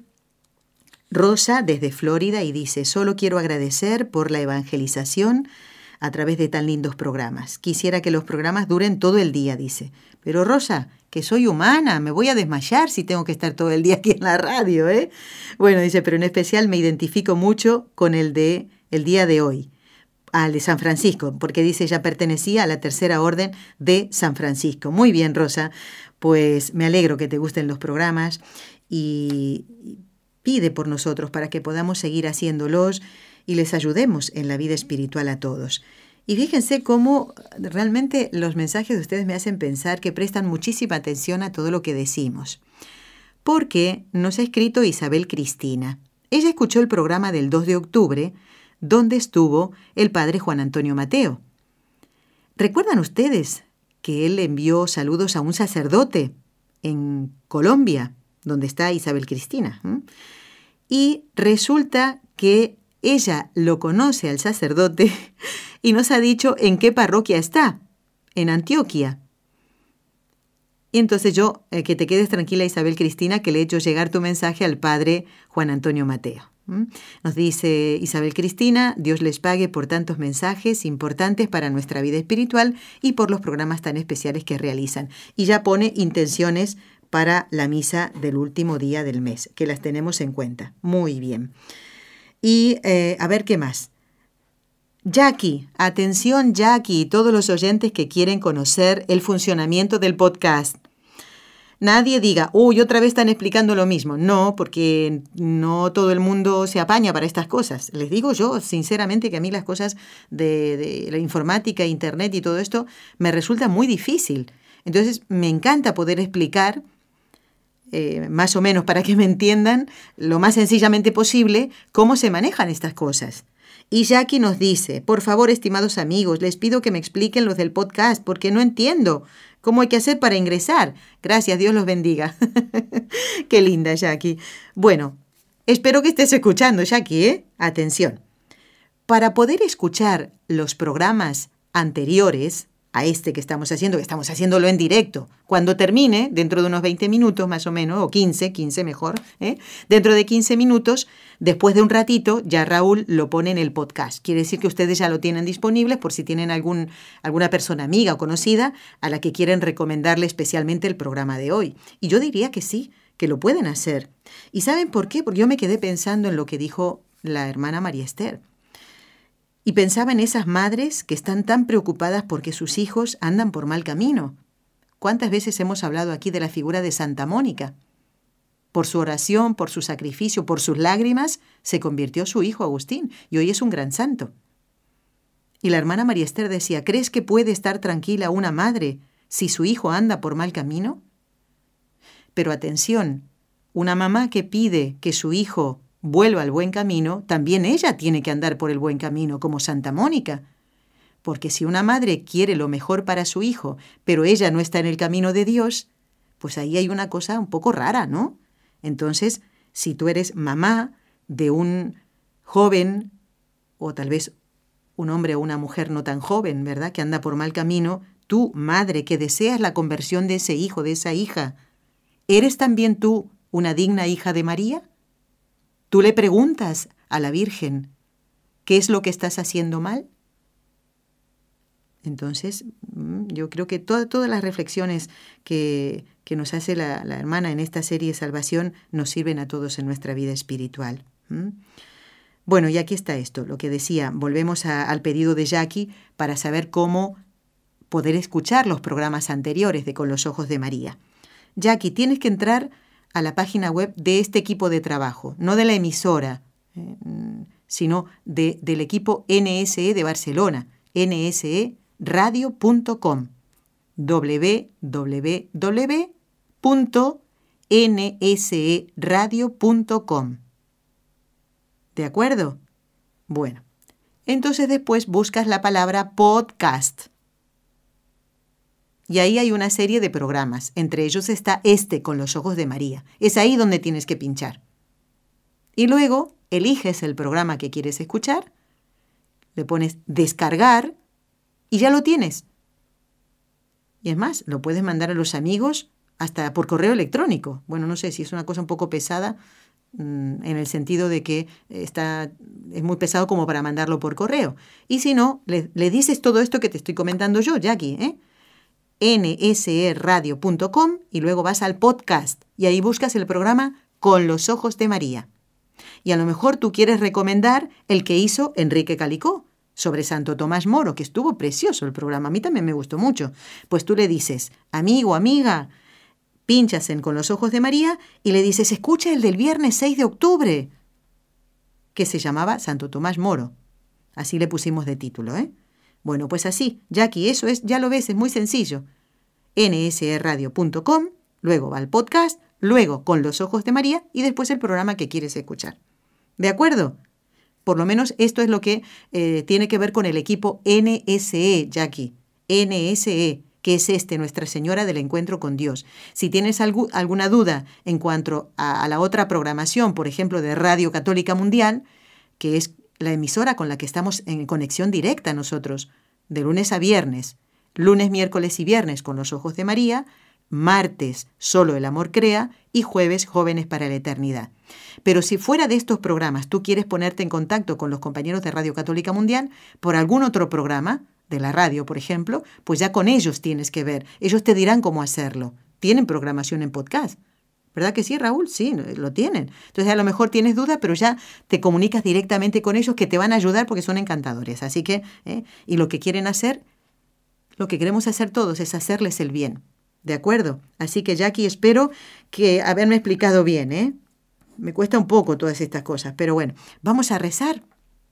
Rosa desde Florida y dice, solo quiero agradecer por la evangelización a través de tan lindos programas. Quisiera que los programas duren todo el día, dice. Pero Rosa, que soy humana, me voy a desmayar si tengo que estar todo el día aquí en la radio, ¿eh? Bueno, dice, pero en especial me identifico mucho con el de el día de hoy, al de San Francisco, porque dice, ella pertenecía a la tercera orden de San Francisco. Muy bien, Rosa, pues me alegro que te gusten los programas y pide por nosotros para que podamos seguir haciéndolos y les ayudemos en la vida espiritual a todos. Y fíjense cómo realmente los mensajes de ustedes me hacen pensar que prestan muchísima atención a todo lo que decimos. Porque nos ha escrito Isabel Cristina. Ella escuchó el programa del dos de octubre, donde estuvo el padre Juan Antonio Mateo. ¿Recuerdan ustedes que él envió saludos a un sacerdote en Colombia, donde está Isabel Cristina? ¿Mm? Y resulta que ella lo conoce al sacerdote y nos ha dicho en qué parroquia está, en Antioquia. Y entonces yo, eh, que te quedes tranquila, Isabel Cristina, que le he hecho llegar tu mensaje al padre Juan Antonio Mateo. ¿Mm? Nos dice Isabel Cristina, Dios les pague por tantos mensajes importantes para nuestra vida espiritual y por los programas tan especiales que realizan. Y ya pone intenciones para la misa del último día del mes, que las tenemos en cuenta. Muy bien. Y eh, a ver qué más. Jackie, atención Jackie y todos los oyentes que quieren conocer el funcionamiento del podcast. Nadie diga, uy, otra vez están explicando lo mismo. No, porque no todo el mundo se apaña para estas cosas. Les digo yo, sinceramente, que a mí las cosas de, de la informática, internet y todo esto me resulta muy difícil. Entonces, me encanta poder explicar, eh, más o menos para que me entiendan, lo más sencillamente posible, cómo se manejan estas cosas. Y Jackie nos dice, por favor, estimados amigos, les pido que me expliquen los del podcast, porque no entiendo cómo hay que hacer para ingresar. Gracias, Dios los bendiga. Qué linda, Jackie. Bueno, espero que estés escuchando, Jackie, ¿eh? Atención. Para poder escuchar los programas anteriores a este que estamos haciendo, que estamos haciéndolo en directo, cuando termine, dentro de unos veinte minutos más o menos, o quince, quince mejor, ¿eh? Dentro de quince minutos, después de un ratito, ya Raúl lo pone en el podcast. Quiere decir que ustedes ya lo tienen disponible por si tienen algún, alguna persona amiga o conocida a la que quieren recomendarle especialmente el programa de hoy. Y yo diría que sí, que lo pueden hacer. ¿Y saben por qué? Porque yo me quedé pensando en lo que dijo la hermana María Esther. Y pensaba en esas madres que están tan preocupadas porque sus hijos andan por mal camino. ¿Cuántas veces hemos hablado aquí de la figura de Santa Mónica? Por su oración, por su sacrificio, por sus lágrimas, se convirtió su hijo Agustín y hoy es un gran santo. Y la hermana María Esther decía, ¿crees que puede estar tranquila una madre si su hijo anda por mal camino? Pero atención, una mamá que pide que su hijo vuelva al buen camino, también ella tiene que andar por el buen camino, como Santa Mónica. Porque si una madre quiere lo mejor para su hijo, pero ella no está en el camino de Dios, pues ahí hay una cosa un poco rara, ¿no? Entonces, si tú eres mamá de un joven, o tal vez un hombre o una mujer no tan joven, ¿verdad?, que anda por mal camino, tú, madre, que deseas la conversión de ese hijo, de esa hija, ¿eres también tú una digna hija de María? ¿Tú le preguntas a la Virgen qué es lo que estás haciendo mal? Entonces, yo creo que toda, todas las reflexiones que, que nos hace la, la hermana en esta serie Salvación nos sirven a todos en nuestra vida espiritual. ¿Mm? Bueno, y aquí está esto, lo que decía, volvemos a, al pedido de Jackie para saber cómo poder escuchar los programas anteriores de Con los Ojos de María. Jackie, tienes que entrar a la página web de este equipo de trabajo, no de la emisora, eh, sino de, del equipo N S E de Barcelona, N S E radio punto com, doble u doble u doble u punto n s e radio punto com. ¿De acuerdo? Bueno, entonces después buscas la palabra podcast. Y ahí hay una serie de programas. Entre ellos está este, Con los Ojos de María. Es ahí donde tienes que pinchar. Y luego eliges el programa que quieres escuchar, le pones descargar y ya lo tienes. Y es más, lo puedes mandar a los amigos hasta por correo electrónico. Bueno, no sé si es una cosa un poco pesada mmm, en el sentido de que está, es muy pesado como para mandarlo por correo. Y si no, le, le dices todo esto que te estoy comentando yo, Jackie, ¿eh? n s e radio punto com y luego vas al podcast y ahí buscas el programa Con los Ojos de María. Y a lo mejor tú quieres recomendar el que hizo Enrique Calicó sobre Santo Tomás Moro, que estuvo precioso el programa, a mí también me gustó mucho. Pues tú le dices, amigo, amiga, pinchas en Con los Ojos de María y le dices, escucha el del viernes seis de octubre, que se llamaba Santo Tomás Moro. Así le pusimos de título, ¿eh? Bueno, pues así, Jackie, eso es, ya lo ves, es muy sencillo. n s e radio punto com, luego va al podcast, luego Con los Ojos de María y después el programa que quieres escuchar. ¿De acuerdo? Por lo menos esto es lo que eh, tiene que ver con el equipo N S E, Jackie. N S E, que es este, Nuestra Señora del Encuentro con Dios. Si tienes algu- alguna duda en cuanto a, a la otra programación, por ejemplo, de Radio Católica Mundial, que es la emisora con la que estamos en conexión directa nosotros, de lunes a viernes, lunes, miércoles y viernes con los Ojos de María, martes Solo el Amor Crea y jueves Jóvenes para la Eternidad. Pero si fuera de estos programas tú quieres ponerte en contacto con los compañeros de Radio Católica Mundial por algún otro programa, de la radio, por ejemplo, pues ya con ellos tienes que ver. Ellos te dirán cómo hacerlo. Tienen programación en podcast. ¿Verdad que sí, Raúl? Sí, lo tienen. Entonces a lo mejor tienes dudas, pero ya te comunicas directamente con ellos que te van a ayudar porque son encantadores. Así que, ¿eh? Y lo que quieren hacer, lo que queremos hacer todos es hacerles el bien. ¿De acuerdo? Así que, Jackie, espero que haberme explicado bien, ¿eh? Me cuesta un poco todas estas cosas, pero bueno, vamos a rezar.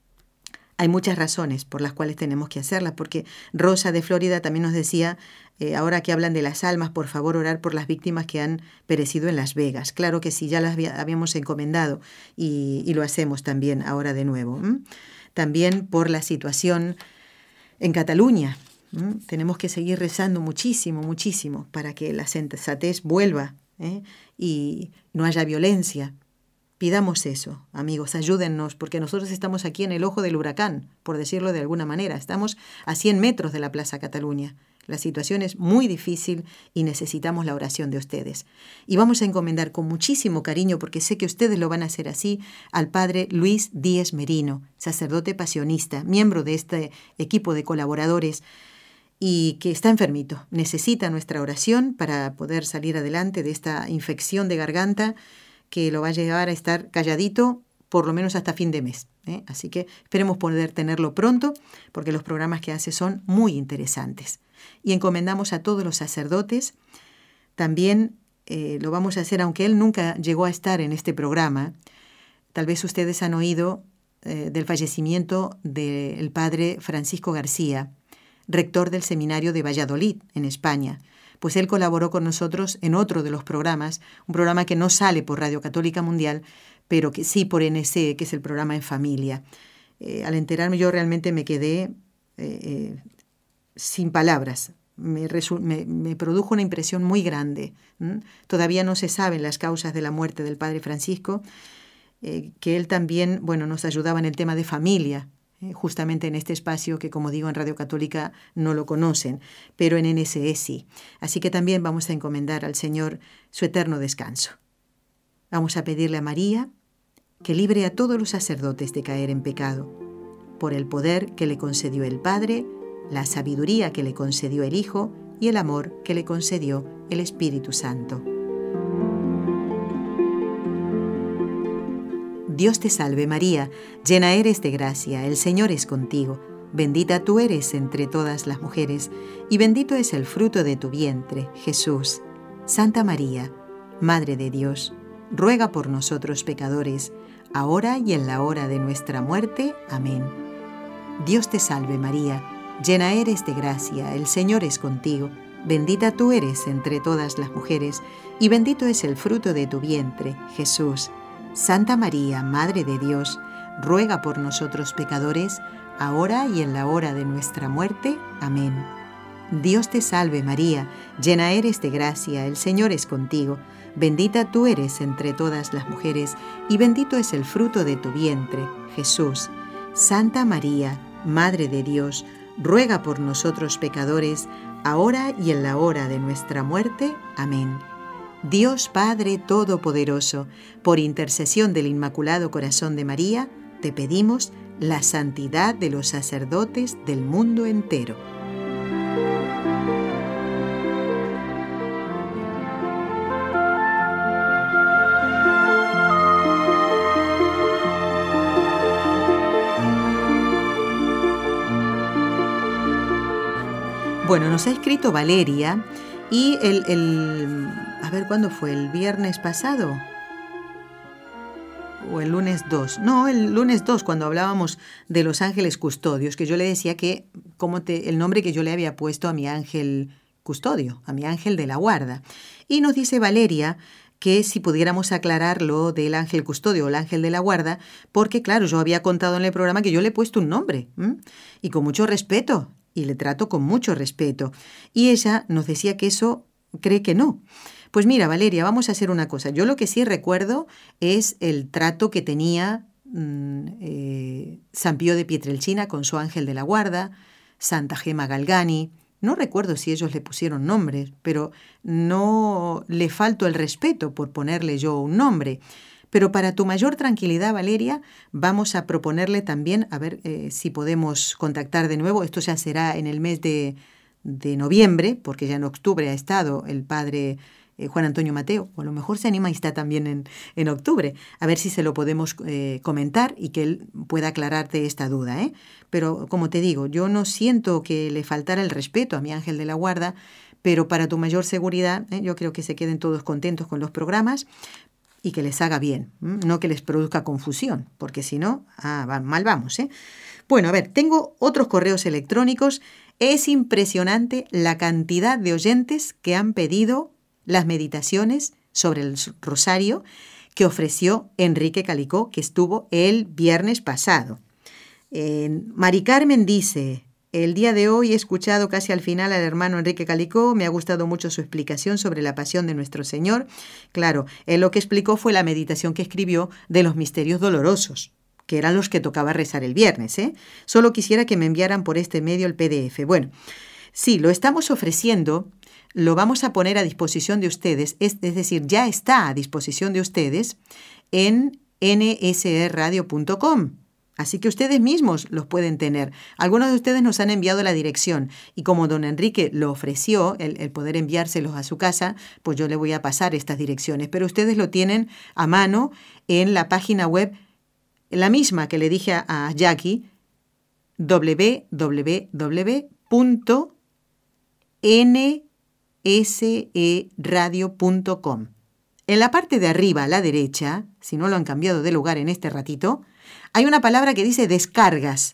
Hay muchas razones por las cuales tenemos que hacerlas, porque Rosa de Florida también nos decía, eh, ahora que hablan de las almas, por favor orar por las víctimas que han perecido en Las Vegas. Claro que sí, ya las habíamos encomendado y, y lo hacemos también ahora de nuevo. ¿Mm? También por la situación en Cataluña. ¿Mm? Tenemos que seguir rezando muchísimo, muchísimo para que la sensatez vuelva, ¿eh? Y no haya violencia. Pidamos eso, amigos, ayúdennos, porque nosotros estamos aquí en el ojo del huracán, por decirlo de alguna manera. Estamos a cien metros de la Plaza Cataluña. La situación es muy difícil y necesitamos la oración de ustedes. Y vamos a encomendar con muchísimo cariño, porque sé que ustedes lo van a hacer así, al padre Luis Díez Merino, sacerdote pasionista, miembro de este equipo de colaboradores y que está enfermito. Necesita nuestra oración para poder salir adelante de esta infección de garganta que lo va a llevar a estar calladito por lo menos hasta fin de mes, ¿eh? Así que esperemos poder tenerlo pronto, porque los programas que hace son muy interesantes. Y encomendamos a todos los sacerdotes. También eh, lo vamos a hacer, aunque él nunca llegó a estar en este programa. Tal vez ustedes han oído eh, del fallecimiento del padre Francisco García, rector del Seminario de Valladolid, en España. Pues él colaboró con nosotros en otro de los programas, un programa que no sale por Radio Católica Mundial, pero que sí por N S E, que es el programa En Familia. Eh, al enterarme yo realmente me quedé eh, eh, sin palabras. Me, resu- me, me produjo una impresión muy grande. ¿Mm? Todavía no se saben las causas de la muerte del padre Francisco, eh, que él también, bueno, nos ayudaba en el tema de familia, justamente en este espacio que, como digo, en Radio Católica no lo conocen, pero en N S E sí. Así que también vamos a encomendar al Señor su eterno descanso. Vamos a pedirle a María que libre a todos los sacerdotes de caer en pecado, por el poder que le concedió el Padre, la sabiduría que le concedió el Hijo y el amor que le concedió el Espíritu Santo. Dios te salve María, llena eres de gracia, el Señor es contigo. Bendita tú eres entre todas las mujeres, y bendito es el fruto de tu vientre, Jesús. Santa María, Madre de Dios, ruega por nosotros pecadores, ahora y en la hora de nuestra muerte. Amén. Dios te salve María, llena eres de gracia, el Señor es contigo. Bendita tú eres entre todas las mujeres, y bendito es el fruto de tu vientre, Jesús. Santa María, Madre de Dios, ruega por nosotros pecadores, ahora y en la hora de nuestra muerte. Amén. Dios te salve María, llena eres de gracia, el Señor es contigo. Bendita tú eres entre todas las mujeres, y bendito es el fruto de tu vientre, Jesús. Santa María, Madre de Dios, ruega por nosotros pecadores, ahora y en la hora de nuestra muerte. Amén. Dios Padre Todopoderoso, por intercesión del Inmaculado Corazón de María, te pedimos la santidad de los sacerdotes del mundo entero. Bueno, nos ha escrito Valeria y el, el, a ver, ¿cuándo fue? ¿El viernes pasado? ¿O el lunes dos? No, el lunes dos, cuando hablábamos de los ángeles custodios, que yo le decía que, como te, el nombre que yo le había puesto a mi ángel custodio, a mi ángel de la guarda. Y nos dice Valeria que si pudiéramos aclararlo del ángel custodio o el ángel de la guarda, porque claro, yo había contado en el programa que yo le he puesto un nombre, ¿m? Y con mucho respeto, y le trato con mucho respeto. Y ella nos decía que eso cree que no. Pues mira, Valeria, vamos a hacer una cosa. Yo lo que sí recuerdo es el trato que tenía mmm, eh, San Pío de Pietrelcina con su ángel de la guarda, Santa Gema Galgani. No recuerdo si ellos le pusieron nombres, pero no le falto el respeto por ponerle yo un nombre. Pero para tu mayor tranquilidad, Valeria, vamos a proponerle también, a ver eh, si podemos contactar de nuevo. Esto ya será en el mes de, de noviembre, porque ya en octubre ha estado el padre eh, Juan Antonio Mateo, o a lo mejor se anima y está también en, en octubre. A ver si se lo podemos eh, comentar y que él pueda aclararte esta duda, ¿eh? Pero como te digo, yo no siento que le faltara el respeto a mi ángel de la guarda, pero para tu mayor seguridad, ¿eh? yo creo que se queden todos contentos con los programas y que les haga bien, ¿eh? No que les produzca confusión, porque si no, ah, va, mal vamos, ¿eh? Bueno, a ver, tengo otros correos electrónicos. Es impresionante la cantidad de oyentes que han pedido las meditaciones sobre el rosario que ofreció Enrique Calicó, que estuvo el viernes pasado. Eh, Mari Carmen dice: el día de hoy he escuchado casi al final al hermano Enrique Calicó, me ha gustado mucho su explicación sobre la pasión de nuestro Señor. Claro, él lo que explicó fue la meditación que escribió de los misterios dolorosos, que eran los que tocaba rezar el viernes, ¿eh? Solo quisiera que me enviaran por este medio el P D F. Bueno, sí, lo estamos ofreciendo, lo vamos a poner a disposición de ustedes, es, es decir, ya está a disposición de ustedes en N S E radio punto com. Así que ustedes mismos los pueden tener. Algunos de ustedes nos han enviado la dirección y como don Enrique lo ofreció, el, el poder enviárselos a su casa, pues yo le voy a pasar estas direcciones. Pero ustedes lo tienen a mano en la página web, la misma que le dije a, a Jackie, doble u doble u doble u punto N S E radio punto com. En la parte de arriba a la derecha, si no lo han cambiado de lugar en este ratito, hay una palabra que dice descargas.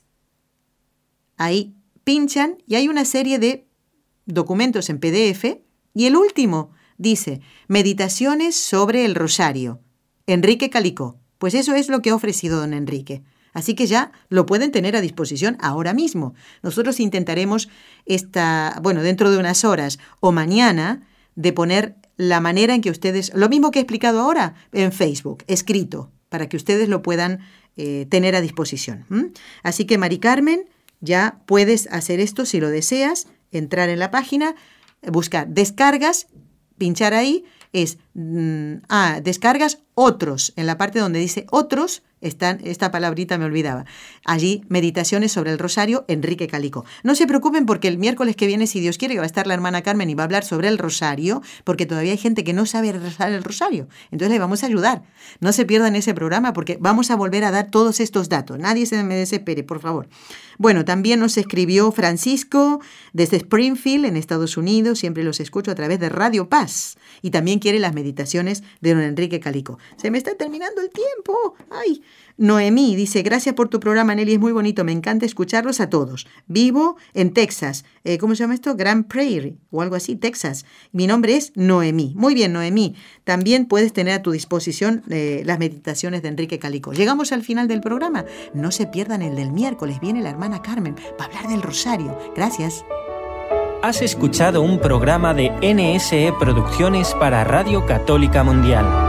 Ahí pinchan y hay una serie de documentos en P D F y el último dice meditaciones sobre el rosario. Enrique Calicó. Pues eso es lo que ha ofrecido don Enrique. Así que ya lo pueden tener a disposición ahora mismo. Nosotros intentaremos esta, bueno, dentro de unas horas o mañana de poner la manera en que ustedes, lo mismo que he explicado ahora en Facebook, escrito, para que ustedes lo puedan eh, tener a disposición. ¿Mm? Así que, Mari Carmen, ya puedes hacer esto si lo deseas, entrar en la página, buscar descargas, pinchar ahí, es, mm, ah, descargas otros, en la parte donde dice otros, están, esta palabrita me olvidaba. Allí, meditaciones sobre el rosario, Enrique Calicó. No se preocupen porque el miércoles que viene, si Dios quiere, va a estar la hermana Carmen y va a hablar sobre el rosario, porque todavía hay gente que no sabe rezar el rosario. Entonces le vamos a ayudar. No se pierdan ese programa porque vamos a volver a dar todos estos datos. Nadie se me desespere, por favor. Bueno, también nos escribió Francisco desde Springfield, en Estados Unidos. Siempre los escucho a través de Radio Paz. Y también quiere las meditaciones de don Enrique Calicó. Se me está terminando el tiempo. ¡Ay! Noemí dice, gracias por tu programa, Nelly, es muy bonito, me encanta escucharlos a todos. Vivo en Texas, eh, ¿cómo se llama esto? Grand Prairie o algo así, Texas. Mi nombre es Noemí. Muy bien, Noemí. También puedes tener a tu disposición eh, las meditaciones de Enrique Calicó. Llegamos al final del programa. No se pierdan el del miércoles, viene la hermana Carmen para hablar del rosario. Gracias. Has escuchado un programa de N S E Producciones para Radio Católica Mundial.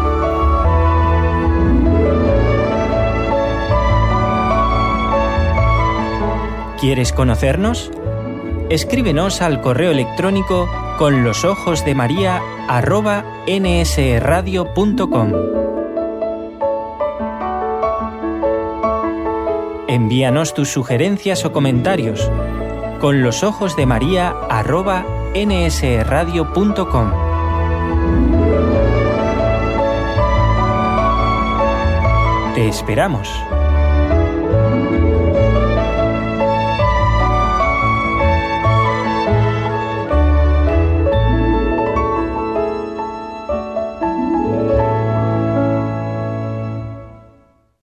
¿Quieres conocernos? Escríbenos al correo electrónico con los ojos de María arroba n s e radio punto com. Envíanos tus sugerencias o comentarios con los ojos de María arroba n s e radio punto com. Te esperamos.